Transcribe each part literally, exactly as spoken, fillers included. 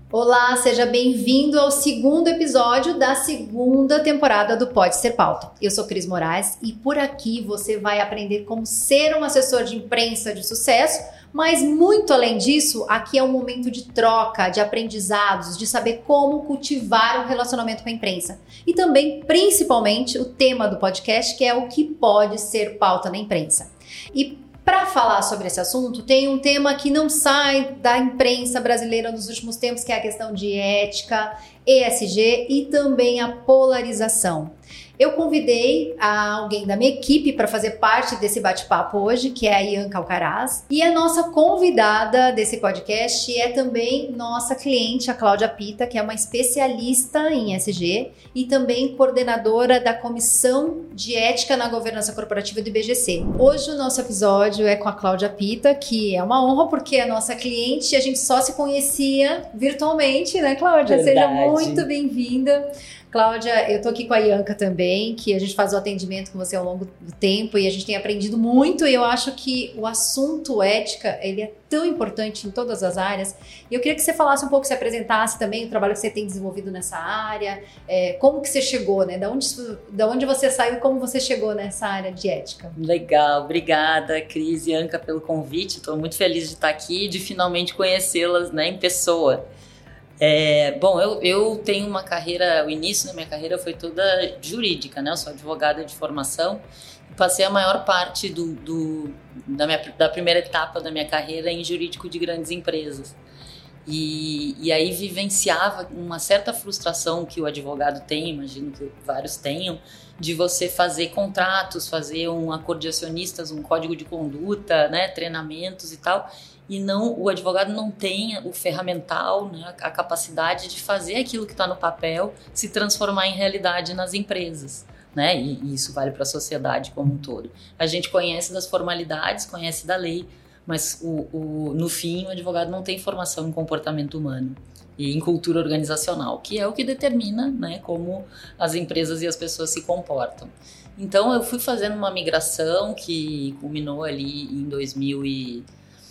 Olá, seja bem-vindo ao segundo episódio da segunda temporada do Pode Ser Pauta. Eu sou Cris Moraes e por aqui você vai aprender como ser um assessor de imprensa de sucesso, mas muito além disso, aqui é um momento de troca, de aprendizados, de saber como cultivar um relacionamento com a imprensa. E também, principalmente, o tema do podcast, que é o que pode ser pauta na imprensa. E para falar sobre esse assunto, tem um tema que não sai da imprensa brasileira nos últimos tempos, que é a questão de ética, E S G e também a polarização. Eu convidei alguém da minha equipe para fazer parte desse bate-papo hoje, que é a Ianca Alcaraz. E a nossa convidada desse podcast é também nossa cliente, a Cláudia Pita, que é uma especialista em E S G e também coordenadora da Comissão de Ética na Governança Corporativa do I B G C. Hoje o nosso episódio é com a Cláudia Pita, que é uma honra porque é nossa cliente e a gente só se conhecia virtualmente, né, Cláudia? Verdade. Seja muito bem-vinda. Cláudia, eu tô aqui com a Ianca também, que a gente faz o atendimento com você ao longo do tempo e a gente tem aprendido muito e eu acho que o assunto ética, ele é tão importante em todas as áreas e eu queria que você falasse um pouco, se apresentasse também o trabalho que você tem desenvolvido nessa área, é, como que você chegou, né? Da onde, da onde você saiu e como você chegou nessa área de ética. Legal, obrigada Cris e Ianca pelo convite, estou muito feliz de estar aqui e de finalmente conhecê-las, né, em pessoa. É, bom, eu, eu tenho uma carreira, o início da minha carreira foi toda jurídica, né? Eu sou advogada de formação e passei a maior parte do, do, da, minha, da primeira etapa da minha carreira em jurídico de grandes empresas. E, e aí vivenciava uma certa frustração que o advogado tem, imagino que vários tenham, de você fazer contratos, fazer um acordo de acionistas, um código de conduta, né? Treinamentos e tal. E não, o advogado não tem o ferramental, né, a capacidade de fazer aquilo que está no papel se transformar em realidade nas empresas, né? E, e isso vale para a sociedade como um todo. A gente conhece das formalidades, conhece da lei, mas o, o, no fim o advogado não tem formação em comportamento humano e em cultura organizacional, que é o que determina, né, como as empresas e as pessoas se comportam. Então eu fui fazendo uma migração que culminou ali em dois mil e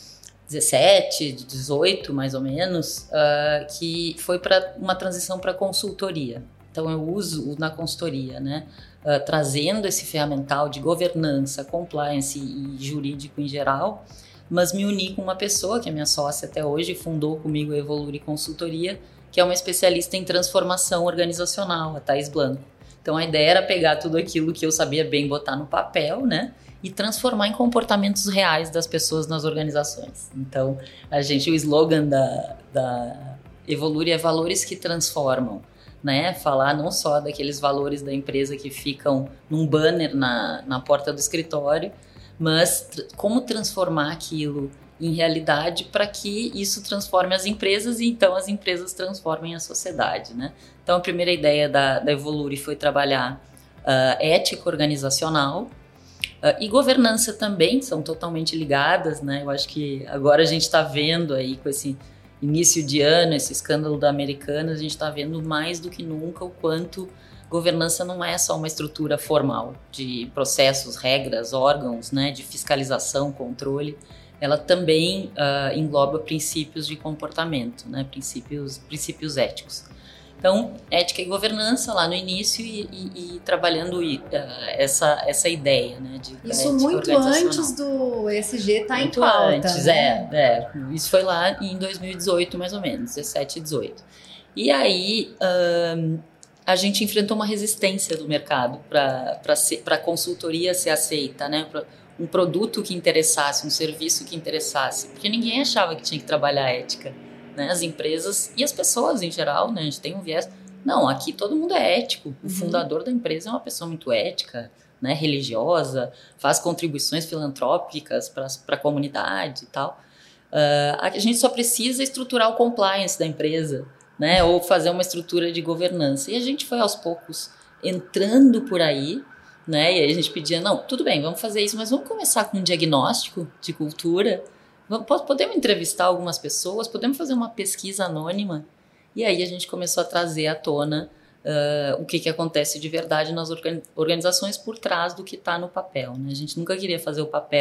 dezessete, dezoito mais ou menos, uh, que foi para uma transição para consultoria. Então eu uso na consultoria, né, uh, trazendo esse ferramental de governança, compliance e jurídico em geral, mas me uni com uma pessoa que é minha sócia até hoje, fundou comigo a Evolure Consultoria, que é uma especialista em transformação organizacional, a Thaís Blanco. Então a ideia era pegar tudo aquilo que eu sabia bem botar no papel, né, e transformar em comportamentos reais das pessoas nas organizações. Então, a gente, o slogan da, da Evolure é valores que transformam, né? Falar não só daqueles valores da empresa que ficam num banner na, na porta do escritório, mas tr- como transformar aquilo em realidade para que isso transforme as empresas e então as empresas transformem a sociedade, né? Então, a primeira ideia da, da Evolure foi trabalhar uh, ética organizacional. Uh, e governança também, são totalmente ligadas, né? Eu acho que agora a gente está vendo aí com esse início de ano, esse escândalo da Americanas, a gente está vendo mais do que nunca o quanto governança não é só uma estrutura formal de processos, regras, órgãos, né? De fiscalização, controle. Ela também uh, engloba princípios de comportamento, né? Princípios, princípios éticos. Então, ética e governança lá no início e, e, e trabalhando uh, essa, essa ideia, né? De isso muito antes do E S G estar tá em pauta. Antes, né? é, é. Isso foi lá em dois mil e dezoito, mais ou menos, dezessete e dezoito. E aí, um, a gente enfrentou uma resistência do mercado para a consultoria ser aceita, né? Pra um produto que interessasse, um serviço que interessasse, porque ninguém achava que tinha que trabalhar ética. Né, as empresas e as pessoas em geral, né, a gente tem um viés, não, aqui todo mundo é ético, o uhum. fundador da empresa é uma pessoa muito ética, né, religiosa, faz contribuições filantrópicas para a comunidade e tal. Uh, a gente só precisa estruturar o compliance da empresa, né, ou fazer uma estrutura de governança. E a gente foi aos poucos entrando por aí, né, e aí a gente pedia, não, tudo bem, vamos fazer isso, mas vamos começar com um diagnóstico de cultura. Podemos entrevistar algumas pessoas, podemos fazer uma pesquisa anônima. E aí a gente começou a trazer à tona uh, o que, que acontece de verdade nas organizações por trás do que está no papel. Né? A gente nunca queria fazer o papel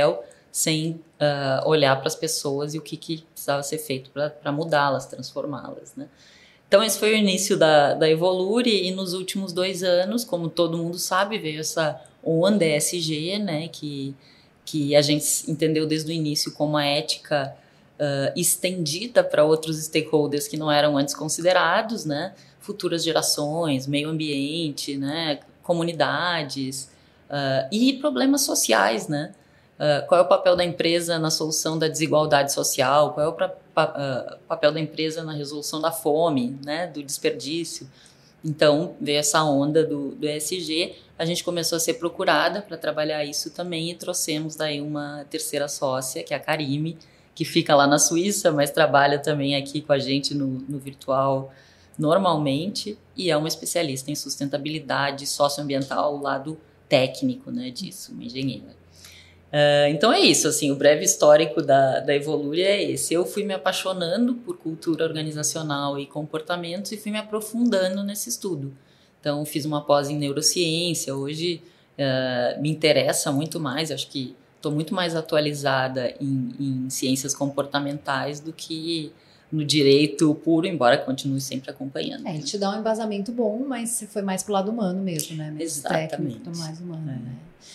sem uh, olhar para as pessoas e o que, que precisava ser feito para mudá-las, transformá-las, né? Então, esse foi o início da, da Evolure, e nos últimos dois anos, como todo mundo sabe, veio essa onda E S G, né, que, que a gente entendeu desde o início como a ética uh, estendida para outros stakeholders que não eram antes considerados, né, futuras gerações, meio ambiente, né, comunidades uh, e problemas sociais, né? Uh, qual é o papel da empresa na solução da desigualdade social? Qual é o pra, pa, uh, papel da empresa na resolução da fome, né, do desperdício? Então, veio essa onda do, do E S G, a gente começou a ser procurada para trabalhar isso também, e trouxemos daí uma terceira sócia, que é a Karime, que fica lá na Suíça, mas trabalha também aqui com a gente no, no virtual normalmente, e é uma especialista em sustentabilidade socioambiental, o lado técnico, né, disso, uma engenheira. Uh, então é isso, assim, o breve histórico da, da Evolure é esse. Eu fui me apaixonando por cultura organizacional e comportamentos e fui me aprofundando nesse estudo. Então fiz uma pós em neurociência, hoje uh, me interessa muito mais, acho que estou muito mais atualizada em, em ciências comportamentais do que no direito puro, embora continue sempre acompanhando. É, ele te dá um embasamento bom, mas você foi mais pro lado humano mesmo, né? Mais Exatamente. técnico, mais humano, é. né?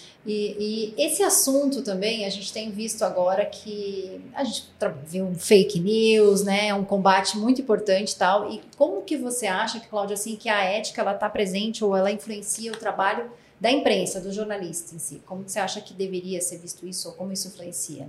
E, e esse assunto também, a gente tem visto agora que a gente viu um fake news, né, um combate muito importante e tal, e como que você acha, que, Cláudia, assim, que a ética, ela está presente ou ela influencia o trabalho da imprensa, do jornalista em si? Como que você acha que deveria ser visto isso, ou como isso influencia?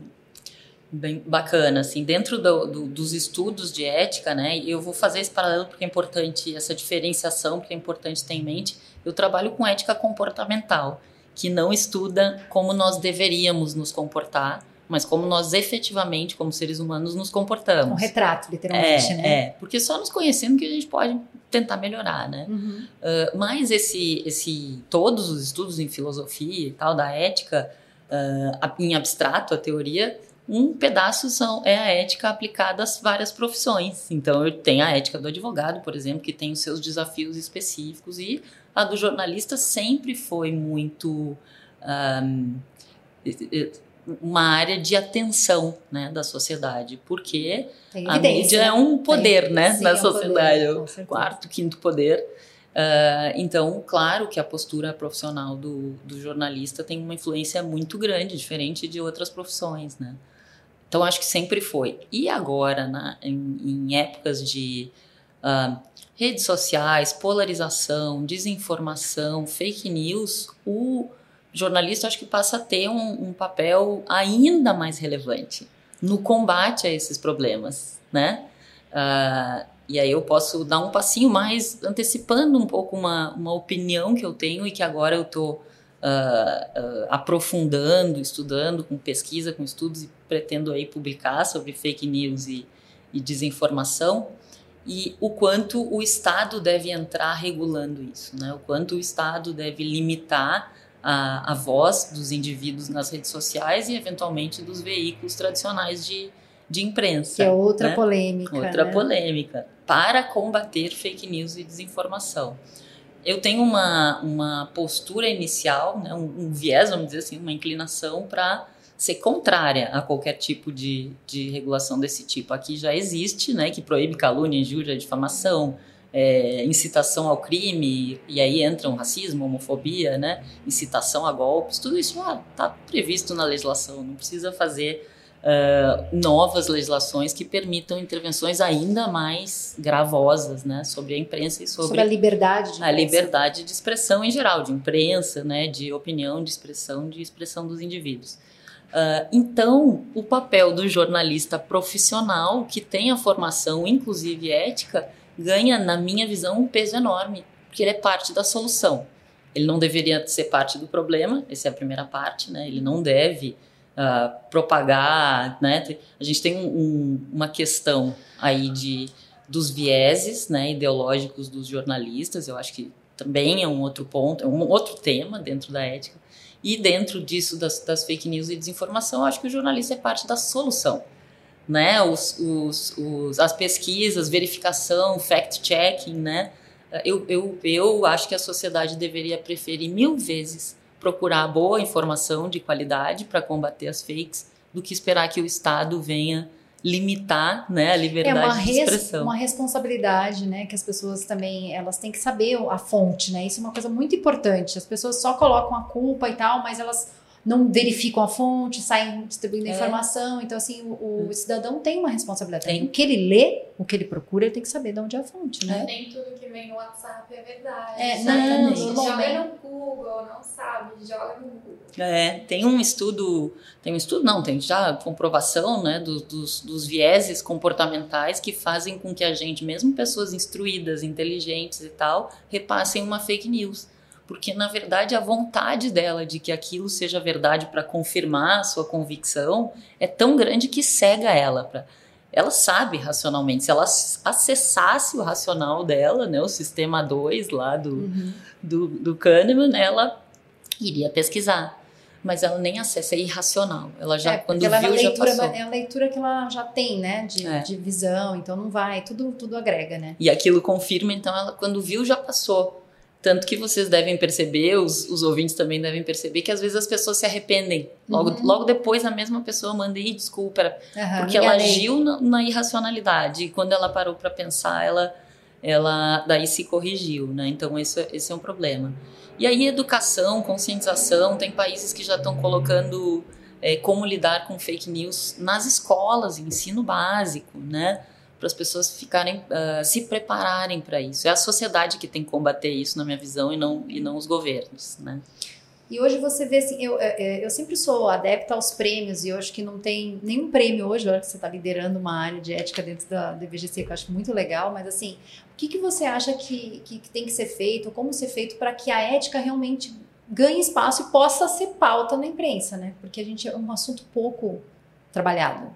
Bem bacana, assim, dentro do, do, dos estudos de ética, né, e eu vou fazer esse paralelo porque é importante, essa diferenciação, porque é importante ter em mente, eu trabalho com ética comportamental, que não estuda como nós deveríamos nos comportar, mas como nós efetivamente, como seres humanos, nos comportamos. Um retrato, literalmente, é, né? É, porque só nos conhecendo que a gente pode tentar melhorar, né? Uhum. Uh, mas esse, esse, todos os estudos em filosofia e tal, da ética, uh, em abstrato, a teoria, um pedaço são, é a ética aplicada às várias profissões. Então, eu tenho a ética do advogado, por exemplo, que tem os seus desafios específicos, e a do jornalista sempre foi muito um, uma área de atenção, né, da sociedade, porque a mídia é um poder, tem, né, sim, na sociedade, é um poder, o quarto, quinto poder. Uh, então, claro que a postura profissional do, do jornalista tem uma influência muito grande, diferente de outras profissões, né? Então, acho que sempre foi. E agora, na, em, em épocas de uh, redes sociais, polarização, desinformação, fake news, o jornalista acho que passa a ter um, um papel ainda mais relevante no combate a esses problemas, né? Uh, e aí eu posso dar um passinho mais, antecipando um pouco uma, uma opinião que eu tenho e que agora eu estou uh, uh, aprofundando, estudando com pesquisa, com estudos, e pretendo aí publicar sobre fake news e, e desinformação, e o quanto o Estado deve entrar regulando isso, né? O quanto o Estado deve limitar a, a voz dos indivíduos nas redes sociais e, eventualmente, dos veículos tradicionais de, de imprensa. Que é outra, né? polêmica. Outra né? polêmica, para combater fake news e desinformação. Eu tenho uma, uma postura inicial, né? um, um viés, vamos dizer assim, uma inclinação para ser contrária a qualquer tipo de, de regulação desse tipo. Aqui já existe, né, que proíbe calúnia, injúria, difamação, é, incitação ao crime, e aí entram racismo, homofobia, né, incitação a golpes, tudo isso já está previsto na legislação, não precisa fazer uh, novas legislações que permitam intervenções ainda mais gravosas, né, sobre a imprensa e sobre, sobre a liberdade de a liberdade de expressão em geral, de imprensa, né, de opinião, de expressão, de expressão dos indivíduos. Uh, então, o papel do jornalista profissional, que tem a formação, inclusive ética, ganha, na minha visão, um peso enorme, porque ele é parte da solução. Ele não deveria ser parte do problema, essa é a primeira parte, né? Ele não deve uh, propagar, né? A gente tem um, um, uma questão aí de, dos vieses, né, ideológicos dos jornalistas, eu acho que também é um outro ponto, é um outro tema dentro da ética. E dentro disso, das, das fake news e desinformação, eu acho que o jornalista é parte da solução, né? Os, os, os, as pesquisas, verificação, fact-checking, né? Eu, eu, eu acho que a sociedade deveria preferir mil vezes procurar boa informação de qualidade para combater as fakes do que esperar que o Estado venha limitar, né, a liberdade é uma de expressão. Res, uma responsabilidade, né, que as pessoas também, elas têm que saber a fonte, né, isso é uma coisa muito importante, as pessoas só colocam a culpa e tal, mas elas não verificam a fonte, saem distribuindo é. informação, então assim, o, o cidadão tem uma responsabilidade, tem. O que ele lê, o que ele procura, ele tem que saber de onde é a fonte, né. Nem tudo que vem no WhatsApp é verdade. É, exatamente. Não, joga no Google, não sabe, joga no Google. É, tem um estudo, tem um estudo, não, tem já comprovação, né, do, dos, dos vieses comportamentais que fazem com que a gente, mesmo pessoas instruídas, inteligentes e tal, repassem uma fake news. Porque, na verdade, a vontade dela de que aquilo seja verdade para confirmar a sua convicção é tão grande que cega ela. Pra... Ela sabe racionalmente. Se ela acessasse o racional dela, né, o sistema dois lá do, uhum. do, do Kahneman, ela iria pesquisar. Mas ela nem acessa, é irracional. Ela já, é, quando ela viu, é leitura, já passou. É a leitura que ela já tem, né, de, é. de visão. Então, não vai, tudo, tudo agrega, né. E aquilo confirma, então, ela quando viu, já passou. Tanto que vocês devem perceber, os, os ouvintes também devem perceber, que às vezes as pessoas se arrependem. Logo, uhum. logo depois a mesma pessoa manda ir, desculpa, uhum, porque ela agiu na, na irracionalidade. E quando ela parou para pensar, ela, ela daí se corrigiu, né? Então esse, esse é um problema. E aí educação, conscientização, tem países que já estão colocando é, como lidar com fake news nas escolas, ensino básico, né? Para as pessoas ficarem, uh, se prepararem para isso. É a sociedade que tem que combater isso, na minha visão, e não, e não os governos, né? E hoje você vê, assim, eu, eu sempre sou adepta aos prêmios, e eu acho que não tem nenhum prêmio hoje, olha que você está liderando uma área de ética dentro da D V G C, que eu acho muito legal, mas assim, o que, que você acha que, que, que tem que ser feito, como ser feito para que a ética realmente ganhe espaço e possa ser pauta na imprensa, né? Porque a gente é um assunto pouco trabalhado.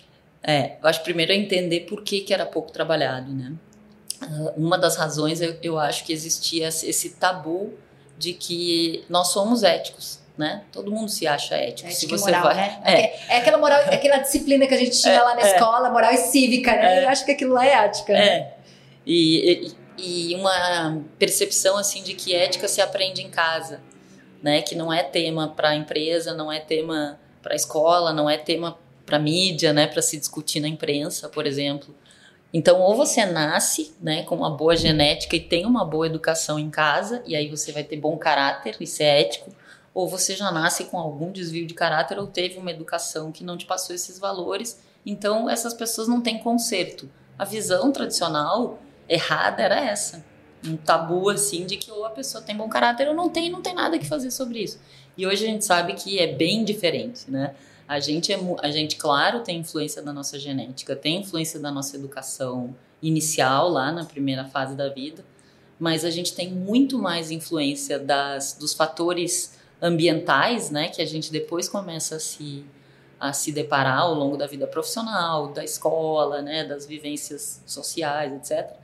É, eu acho primeiro é entender por que, que era pouco trabalhado, né? Uh, uma das razões, eu, eu acho que existia esse tabu de que nós somos éticos, né? Todo mundo se acha ético. Ética se você moral, vai, né? É. é aquela moral, é aquela disciplina que a gente tinha é, lá na é, escola, moral e cívica, né? É, eu acho que aquilo lá é ética, né? É. E, e, e uma percepção, assim, de que ética se aprende em casa, né? Que não é tema para a empresa, não é tema para a escola, não é tema para mídia, né, para se discutir na imprensa, por exemplo. Então, ou você nasce, né, com uma boa genética e tem uma boa educação em casa, e aí você vai ter bom caráter e ser ético, ou você já nasce com algum desvio de caráter ou teve uma educação que não te passou esses valores, então essas pessoas não têm conserto. A visão tradicional errada era essa, um tabu assim de que ou a pessoa tem bom caráter ou não tem, não tem nada que fazer sobre isso. E hoje a gente sabe que é bem diferente, né? A gente, é, a gente, claro, tem influência da nossa genética, tem influência da nossa educação inicial, lá na primeira fase da vida, mas a gente tem muito mais influência das, dos fatores ambientais, né, que a gente depois começa a se, a se deparar ao longo da vida profissional, da escola, né, das vivências sociais, etcétera,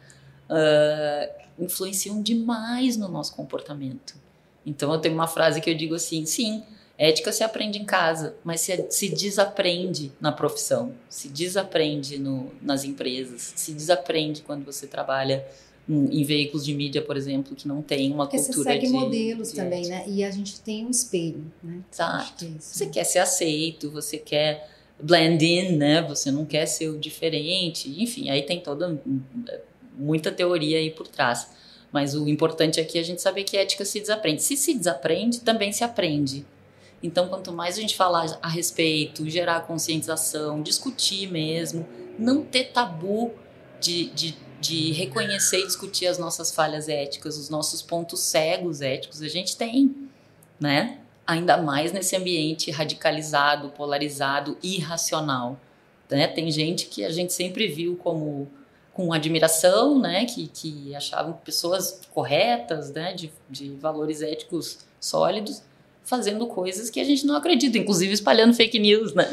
uh, influenciam demais no nosso comportamento. Então, eu tenho uma frase que eu digo assim, sim, ética se aprende em casa, mas se, se desaprende na profissão, se desaprende no, nas empresas, se desaprende quando você trabalha em, em veículos de mídia, por exemplo, que não tem uma Porque cultura de... Porque você segue modelos de também, ética. né? E a gente tem um espelho, né? Exato. É isso, você né? quer ser aceito, você quer blend in, né? Você não quer ser o diferente. Enfim, aí tem toda muita teoria aí por trás. Mas o importante aqui é a gente saber que ética se desaprende. Se se desaprende, também se aprende. Então, quanto mais a gente falar a respeito, gerar conscientização, discutir mesmo, não ter tabu de, de, de reconhecer e discutir as nossas falhas éticas, os nossos pontos cegos éticos, a gente tem, né? Ainda mais nesse ambiente radicalizado, polarizado, irracional, né? Tem gente que a gente sempre viu como com admiração, né? Que, que achavam pessoas corretas, né? De, de valores éticos sólidos, fazendo coisas que a gente não acredita, inclusive espalhando fake news, né?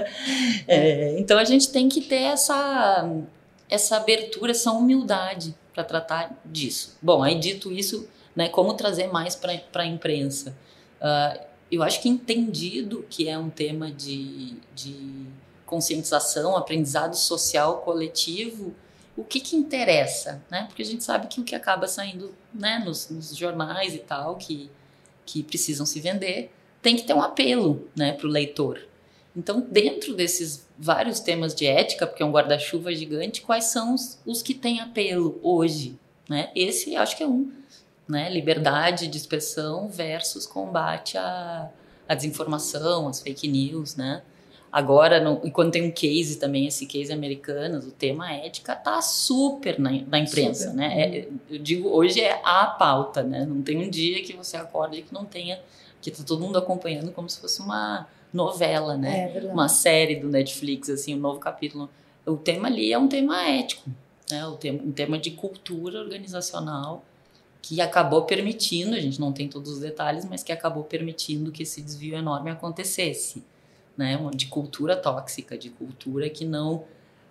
É, então a gente tem que ter essa, essa abertura, essa humildade para tratar disso. Bom, aí dito isso, né, como trazer mais para a imprensa? Uh, eu acho que entendido que é um tema de, de conscientização, aprendizado social coletivo, o que que interessa, né? Porque a gente sabe que o que acaba saindo, né, nos, nos jornais e tal, que que precisam se vender, tem que ter um apelo, né, para o leitor. Então, dentro desses vários temas de ética, porque é um guarda-chuva gigante, quais são os, os que têm apelo hoje? Né? Esse acho que é um, né? Liberdade de expressão versus combate à, à desinformação, às fake news, né? Agora, no, e quando tem um case também, esse case americano, o tema ética tá super na, na imprensa, super. Né? É, eu digo, hoje é a pauta, né? Não tem um dia que você acorde que não tenha, que tá todo mundo acompanhando como se fosse uma novela, né? É, uma série do Netflix, assim, um novo capítulo. O tema ali é um tema ético, né? O tema, um tema de cultura organizacional que acabou permitindo, a gente não tem todos os detalhes, mas que acabou permitindo que esse desvio enorme acontecesse, né? De cultura tóxica, de cultura que não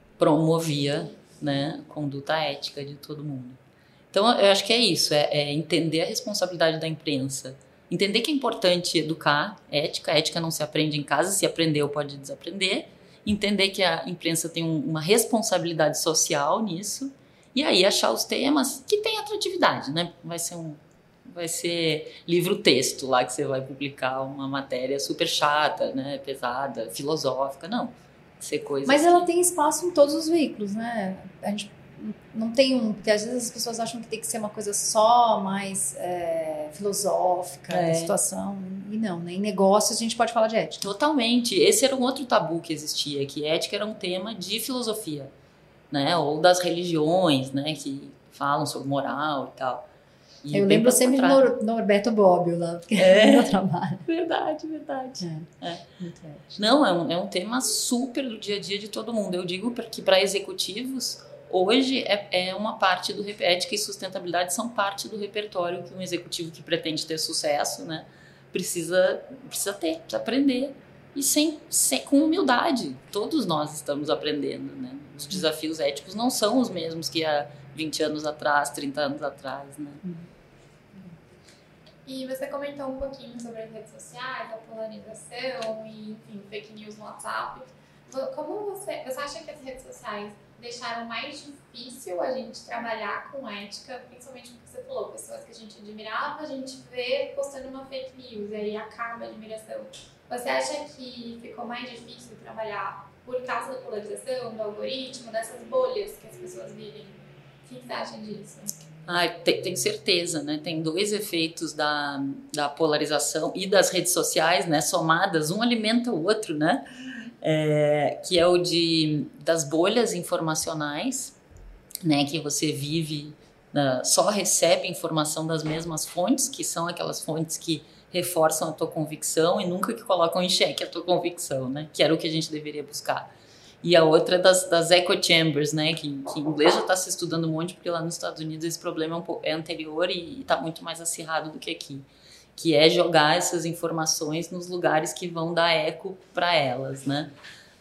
promovia, né, conduta ética de todo mundo. Então, eu acho que é isso, é, é entender a responsabilidade da imprensa, entender que é importante educar ética, ética não se aprende em casa, se aprendeu pode desaprender, entender que a imprensa tem um, uma responsabilidade social nisso, e aí achar os temas que têm atratividade, né? Vai ser um, vai ser livro-texto lá que você vai publicar uma matéria super chata, né? Pesada, filosófica, não. Ser coisa Mas que... ela tem espaço em todos os veículos, né? A gente não tem um, porque às vezes as pessoas acham que tem que ser uma coisa só mais é, filosófica, é. da situação, e não, né? Em negócios a gente pode falar de ética. Totalmente, esse era um outro tabu que existia, que ética era um tema de filosofia, né? Ou das religiões, né? Que falam sobre moral e tal. E eu lembro sempre de Nor- Norberto Bobbio lá, porque é meu trabalho. Verdade, verdade. É. É. Muito ético. Não, é um, é um tema super do dia a dia de todo mundo. Eu digo que para executivos, hoje é, é uma parte do ética e sustentabilidade são parte do repertório que um executivo que pretende ter sucesso, né, precisa, precisa ter, precisa aprender. E sem, sem, com humildade. Todos nós estamos aprendendo, né? Os desafios éticos não são os mesmos que há vinte anos atrás, trinta anos atrás, né? E você comentou um pouquinho sobre as redes sociais, a polarização e, enfim, fake news no WhatsApp. Como você, você acha que as redes sociais deixaram mais difícil a gente trabalhar com ética, principalmente porque você falou, pessoas que a gente admirava, a gente vê postando uma fake news, e aí acaba a admiração. Você acha que ficou mais difícil trabalhar por causa da polarização, do algoritmo, dessas bolhas que as pessoas vivem? O que você acha disso? Ah, tem, tem certeza, né? Tem dois efeitos da, da polarização e das redes sociais, né? Somadas, um alimenta o outro, né? É, que é o de, das bolhas informacionais, né? Que você vive, uh, só recebe informação das mesmas fontes, que são aquelas fontes que reforçam a tua convicção e nunca que colocam em xeque a tua convicção, né? Que era o que a gente deveria buscar. E a outra é das, das echo chambers, né? Que, que em inglês já está se estudando um monte, porque lá nos Estados Unidos esse problema é, um pouco, é anterior e está muito mais acirrado do que aqui. Que é jogar essas informações nos lugares que vão dar eco para elas, né?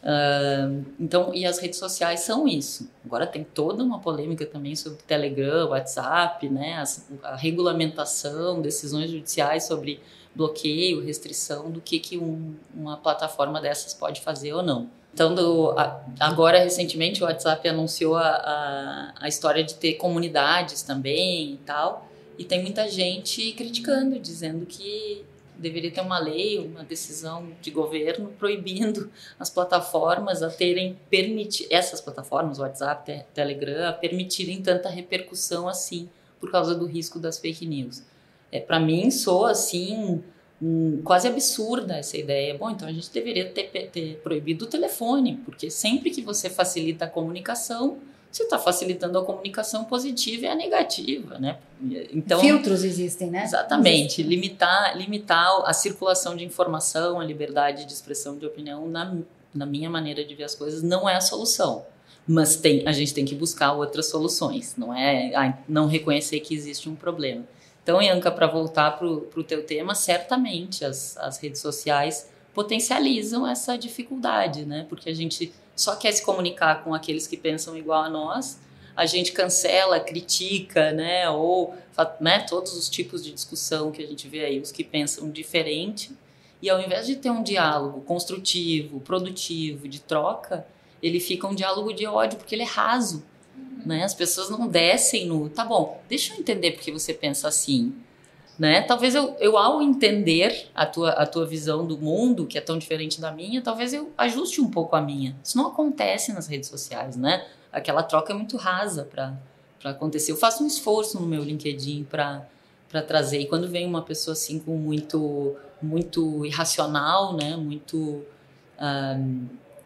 Uh, então, e as redes sociais são isso. Agora tem toda uma polêmica também sobre Telegram, WhatsApp, né? As, a regulamentação, decisões judiciais sobre bloqueio, restrição do que, que um, uma plataforma dessas pode fazer ou não. Então, do, a, agora, recentemente, o WhatsApp anunciou a, a, a história de ter comunidades também e tal, e tem muita gente criticando, dizendo que deveria ter uma lei, uma decisão de governo proibindo as plataformas a terem permitir essas plataformas, WhatsApp, te, Telegram, a permitirem tanta repercussão assim, por causa do risco das fake news. É, para mim, soa assim, um, quase absurda essa ideia. Bom, então a gente deveria ter, ter proibido o telefone, porque sempre que você facilita a comunicação, você está facilitando a comunicação positiva e a negativa, né? Então, filtros existem, né? Exatamente. Existem. Limitar, limitar a circulação de informação, a liberdade de expressão de opinião, na, na minha maneira de ver as coisas, não é a solução. Mas tem, a gente tem que buscar outras soluções. Não é ah, não reconhecer que existe um problema. Então, Ianca, para voltar para o teu tema, certamente as, as redes sociais potencializam essa dificuldade, né? Porque a gente só quer se comunicar com aqueles que pensam igual a nós, a gente cancela, critica, né? Ou, né, todos os tipos de discussão que a gente vê aí, os que pensam diferente, e ao invés de ter um diálogo construtivo, produtivo, de troca, ele fica um diálogo de ódio, porque ele é raso, né? As pessoas não descem no... Tá bom, deixa eu entender porque você pensa assim. né? Talvez eu, eu ao entender a tua, a tua visão do mundo, que é tão diferente da minha, talvez eu ajuste um pouco a minha. Isso não acontece nas redes sociais, né? Aquela troca é muito rasa para para acontecer. Eu faço um esforço no meu LinkedIn para para trazer. E quando vem uma pessoa assim com muito muito irracional, né? Muito um,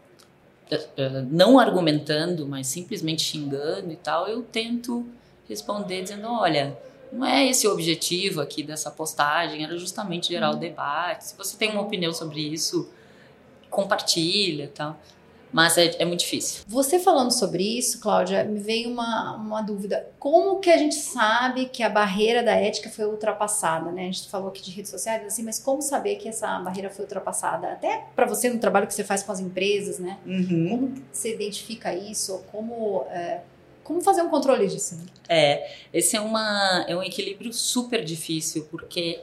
não argumentando, mas simplesmente xingando e tal, eu tento responder dizendo, olha, não é esse o objetivo aqui dessa postagem, era justamente gerar o debate. Se você tem uma opinião sobre isso, compartilha e tal. Mas é, é muito difícil. Você falando sobre isso, Cláudia, me veio uma, uma dúvida. Como que a gente sabe que a barreira da ética foi ultrapassada, né? A gente falou aqui de redes sociais, assim, mas como saber que essa barreira foi ultrapassada? Até para você no trabalho que você faz com as empresas, né? Uhum. Como você identifica isso? Como, é, como fazer um controle disso? Né? É, esse é, uma, é um equilíbrio super difícil, porque...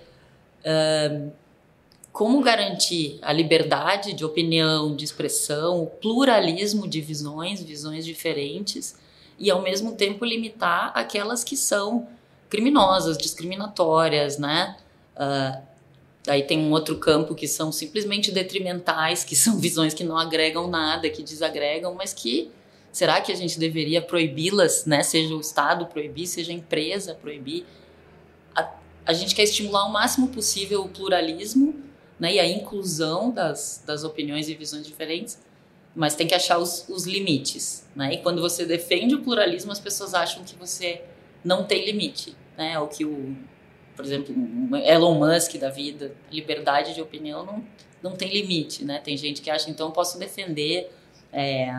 Uh, como garantir a liberdade de opinião, de expressão, o pluralismo de visões, visões diferentes, e ao mesmo tempo limitar aquelas que são criminosas, discriminatórias, né? Uh, aí tem um outro campo que são simplesmente detrimentais, que são visões que não agregam nada, que desagregam, mas que será que a gente deveria proibi-las, né? Seja o Estado proibir, seja a empresa proibir. A, a gente quer estimular o máximo possível o pluralismo, né, e a inclusão das, das opiniões e visões diferentes, mas tem que achar os, os limites, né? E quando você defende o pluralismo, as pessoas acham que você não tem limite, né? Ou que o, por exemplo, Elon Musk da vida, liberdade de opinião não, não tem limite, né? Tem gente que acha, então eu posso defender é,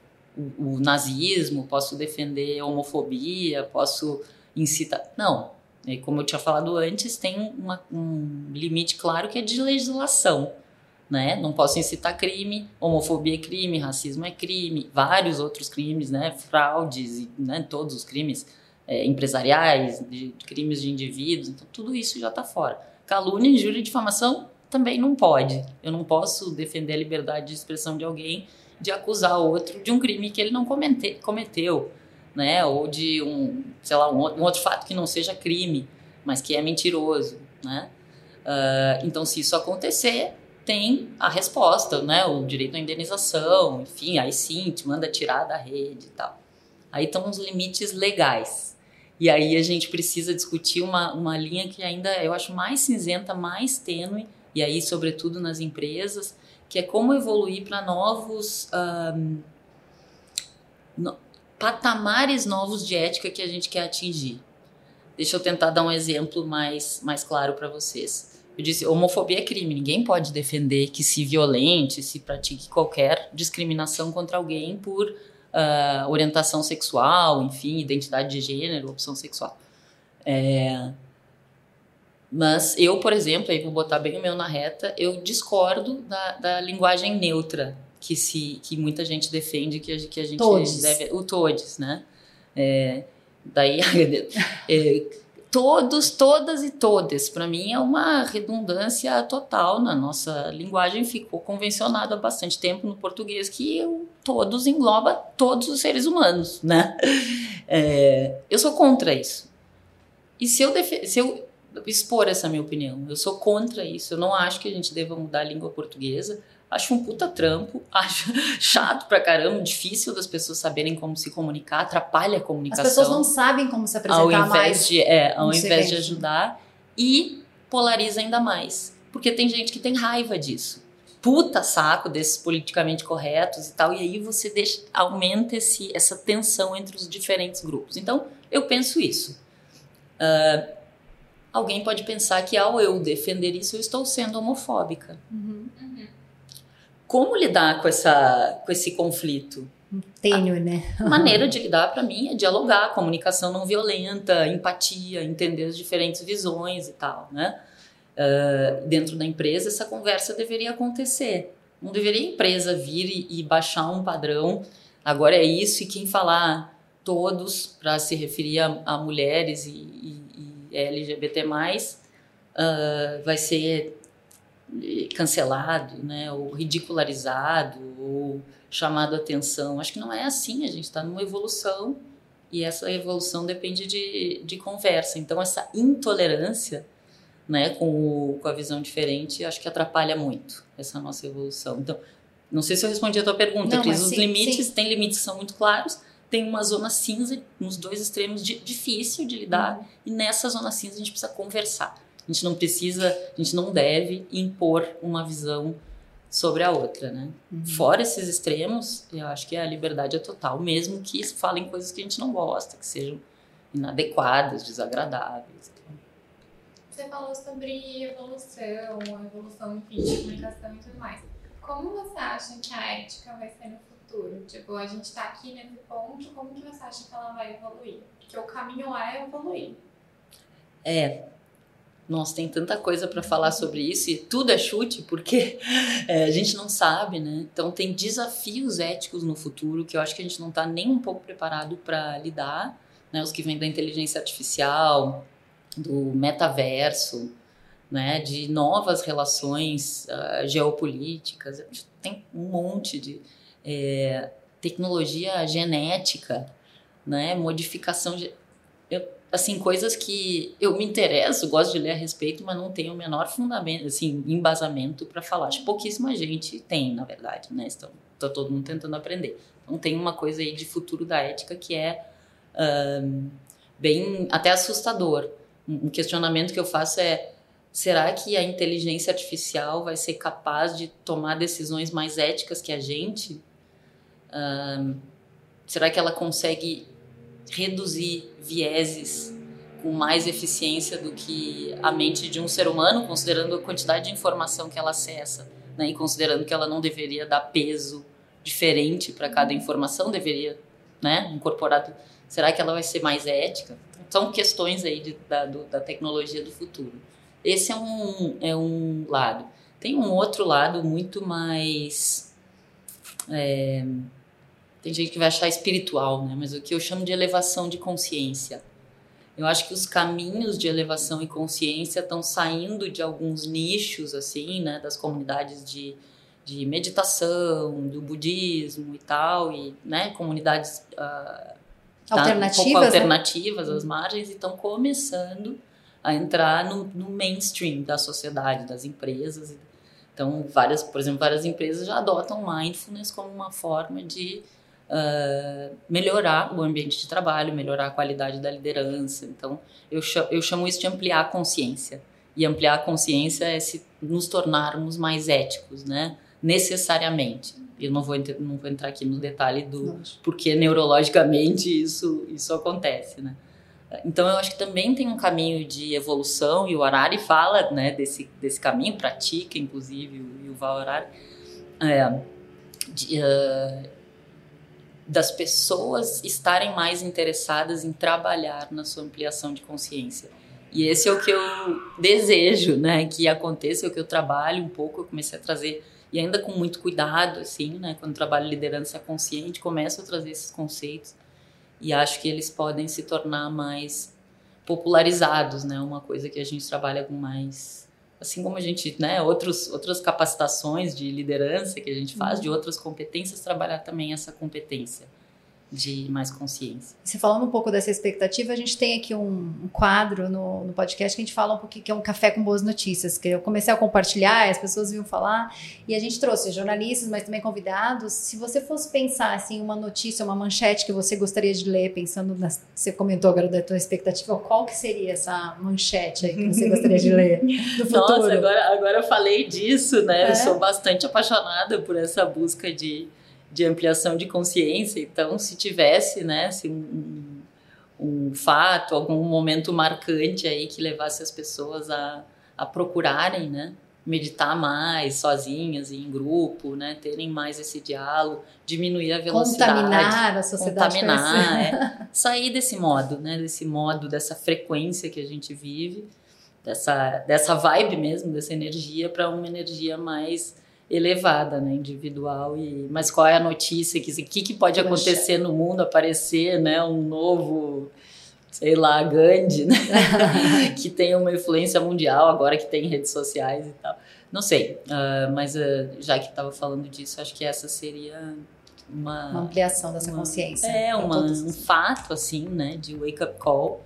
o, o nazismo, posso defender a homofobia, posso incitar... Não. E como eu tinha falado antes, tem uma, um limite claro que é de legislação, né? Não posso incitar crime, homofobia é crime, racismo é crime, vários outros crimes, né? Fraudes, né? Todos os crimes é, empresariais, de, de crimes de indivíduos, então tudo isso já está fora. Calúnia, injúria e difamação também não pode. Eu não posso defender a liberdade de expressão de alguém de acusar outro de um crime que ele não comete, cometeu. Né? Ou de um, sei lá, um, um outro fato que não seja crime, mas que é mentiroso, né? Uh, então, se isso acontecer, tem a resposta, né? O direito à indenização, enfim, aí sim, te manda tirar da rede e tal. Aí estão os limites legais. E aí a gente precisa discutir uma, uma linha que ainda eu acho mais cinzenta, mais tênue, e aí, sobretudo nas empresas, que é como evoluir para novos... Um, no, patamares novos de ética que a gente quer atingir. Deixa eu tentar dar um exemplo mais, mais claro para vocês. Eu disse, homofobia é crime, ninguém pode defender que se violente, se pratique qualquer discriminação contra alguém por uh, orientação sexual, enfim, identidade de gênero, opção sexual. É... Mas eu, por exemplo, aí vou botar bem o meu na reta, eu discordo da, da linguagem neutra, que, se, que muita gente defende que a, que a gente todes. deve... O todes, né? É, daí, é, todos, todas e todes, para mim é uma redundância total na nossa linguagem, ficou convencionado há bastante tempo no português que o todos engloba todos os seres humanos, né? É, eu sou contra isso. E se eu, def- se eu expor essa minha opinião, eu sou contra isso, eu não acho que a gente deva mudar a língua portuguesa. Acho um puta trampo, acho chato pra caramba, difícil das pessoas saberem como se comunicar, atrapalha a comunicação. As pessoas não sabem como se apresentar ao invés mais. De, é, ao invés de ajudar, e polariza ainda mais. Porque tem gente que tem raiva disso. Puta saco desses politicamente corretos e tal, e aí você deixa, aumenta esse, essa tensão entre os diferentes grupos. Então, eu penso isso. Uh, alguém pode pensar que ao eu defender isso, eu estou sendo homofóbica. Uhum. Como lidar com, essa, com esse conflito? Tênue, né? A maneira de lidar, para mim, é dialogar, comunicação não violenta, empatia, entender as diferentes visões e tal, né? Uh, dentro da empresa, essa conversa deveria acontecer. Não deveria a empresa vir e, e baixar um padrão, agora é isso, e quem falar todos, para se referir a, a mulheres e, e, e L G B T mais, uh, vai ser cancelado, né, ou ridicularizado, ou chamado a atenção. Acho que não é assim, a gente está numa evolução e essa evolução depende de, de conversa. Então, essa intolerância né, com, o, com a visão diferente, acho que atrapalha muito essa nossa evolução. Então, não sei se eu respondi a tua pergunta, Não, Cris. mas Os sim, limites, sim. tem limites que são muito claros, tem uma zona cinza nos dois extremos de, difícil de lidar, uhum. e nessa zona cinza a gente precisa conversar. A gente não precisa, a gente não deve impor uma visão sobre a outra, né? Uhum. Fora esses extremos, eu acho que a liberdade é total, mesmo que falem coisas que a gente não gosta, que sejam inadequadas, desagradáveis. Você falou sobre evolução, a evolução, enfim, de comunicação e tudo mais. Como você acha que a ética vai ser no futuro? Tipo, a gente tá aqui nesse ponto, como que você acha que ela vai evoluir? Porque o caminho lá é evoluir. É, nossa, tem tanta coisa para falar sobre isso e tudo é chute, porque é, a gente não sabe, né? Então tem desafios éticos no futuro que eu acho que a gente não tá nem um pouco preparado para lidar, né? Os que vêm da inteligência artificial, do metaverso, né, de novas relações uh, geopolíticas, tem um monte de é, tecnologia genética, né, modificação, de, eu, assim, coisas que eu me interesso, gosto de ler a respeito, mas não tenho o menor fundamento, assim, embasamento para falar. Acho que pouquíssima gente tem, na verdade, né, estão, tá todo mundo tentando aprender. Então tem uma coisa aí de futuro da ética que é uh, bem, até assustador. Um questionamento que eu faço é: será que a inteligência artificial vai ser capaz de tomar decisões mais éticas que a gente? Um, será que ela consegue reduzir vieses com mais eficiência do que a mente de um ser humano, considerando a quantidade de informação que ela acessa, né? E considerando que ela não deveria dar peso diferente para cada informação, deveria, né, incorporar... Será que ela vai ser mais ética? São questões aí de, da, do, da tecnologia do futuro. Esse é um, é um lado. Tem um outro lado muito mais... É, tem gente que vai achar espiritual, né? Mas o que eu chamo de elevação de consciência. Eu acho que os caminhos de elevação e consciência estão saindo de alguns nichos, assim, né? Das comunidades de, de meditação, do budismo e tal, e, né? Comunidades... Uh, Alternativas, um pouco alternativas né? às margens, e estão começando a entrar no, no mainstream da sociedade, das empresas. Então, várias, por exemplo, várias empresas já adotam mindfulness como uma forma de uh, melhorar o ambiente de trabalho, melhorar a qualidade da liderança. Então, eu chamo, eu chamo isso de ampliar a consciência. E ampliar a consciência é se nos tornarmos mais éticos, né? Necessariamente. Eu não vou, não vou entrar aqui no detalhe do Nossa. Porque neurologicamente isso, isso acontece, né? Então eu acho que também tem um caminho de evolução, e o Harari fala, né, desse, desse caminho, pratica inclusive o Yuval Harari, é, de, uh, das pessoas estarem mais interessadas em trabalhar na sua ampliação de consciência. E esse é o que eu desejo, né, que aconteça, é o que eu trabalho um pouco. Eu comecei a trazer, e ainda com muito cuidado, assim, né, quando trabalho liderança consciente, começo a trazer esses conceitos, e acho que eles podem se tornar mais popularizados, né, uma coisa que a gente trabalha com mais, assim como a gente, né, outros, outras capacitações de liderança que a gente faz, uhum. de outras competências, trabalhar também essa competência de mais consciência. Você falando um pouco dessa expectativa, a gente tem aqui um, um quadro no, no podcast que a gente fala um pouquinho, que é um café com boas notícias, que eu comecei a compartilhar, as pessoas vinham falar, e a gente trouxe jornalistas, mas também convidados. Se você fosse pensar, assim, uma notícia, uma manchete que você gostaria de ler, pensando, na, você comentou agora da tua expectativa, qual que seria essa manchete aí que você gostaria de ler no futuro? Nossa, agora, agora eu falei disso, né? É? Eu sou bastante apaixonada por essa busca de de ampliação de consciência. Então, se tivesse, né, se um, um fato, algum momento marcante aí que levasse as pessoas a, a procurarem, né, meditar mais, sozinhas e em grupo, né, terem mais esse diálogo, diminuir a velocidade. Contaminar a sociedade. Contaminar, é, sair desse modo, né, desse modo, dessa frequência que a gente vive, dessa, dessa vibe mesmo, dessa energia, para uma energia mais elevada, né, individual. E mas qual é a notícia, que que, que pode acontecer no mundo, aparecer, né, um novo, sei lá, Gandhi, né, que tem uma influência mundial agora, que tem redes sociais e tal, não sei, uh, mas uh, já que estava falando disso, acho que essa seria uma, uma ampliação dessa uma, consciência. É uma, um fato assim, né, de wake up call,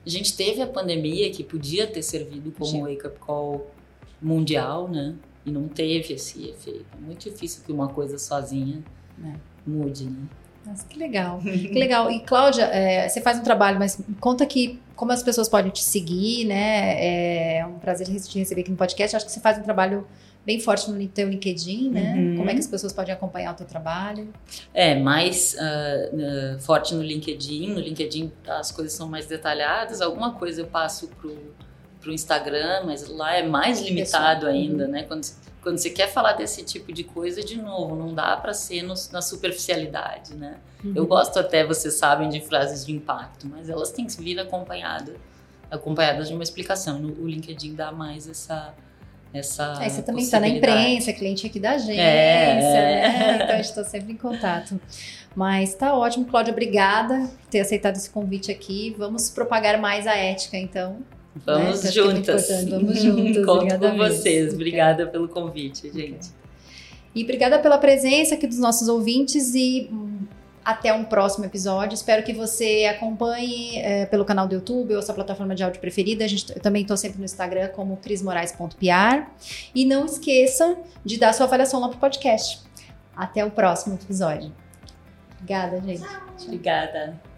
A gente teve a pandemia que podia ter servido como wake-up call mundial, né? E não teve esse efeito. É muito difícil que uma coisa sozinha é. mude, né? Nossa, que legal. Que legal. E, Cláudia, é, você faz um trabalho, mas conta aqui como as pessoas podem te seguir, né? É um prazer te receber aqui no podcast. Acho que você faz um trabalho bem forte no teu LinkedIn, né? Uhum. Como é que as pessoas podem acompanhar o teu trabalho? É, mais uh, uh, forte no LinkedIn. No LinkedIn as coisas são mais detalhadas. Alguma coisa eu passo pro, pro Instagram, mas lá é mais limitado ainda, uhum. né? Quando, quando você quer falar desse tipo de coisa, de novo, não dá para ser no, na superficialidade, né? Uhum. Eu gosto até, vocês sabem, de frases de impacto, mas elas têm que vir acompanhadas, acompanhadas de uma explicação. No, o LinkedIn dá mais essa... Essa Aí você também está na imprensa, cliente aqui da agência, é, né? Então a gente está sempre em contato. Mas tá ótimo, Cláudia, obrigada por ter aceitado esse convite aqui. Vamos propagar mais a ética, então. Vamos né? juntas. É Vamos juntas. Conto com vocês. Obrigada pelo convite, gente. E obrigada pela presença aqui dos nossos ouvintes e até um próximo episódio. Espero que você acompanhe é, pelo canal do YouTube ou sua plataforma de áudio preferida. A gente, eu também estou sempre no Instagram como cris morais ponto p r. E não esqueça de dar sua avaliação lá pro podcast. Até o próximo episódio. Obrigada, gente. Obrigada.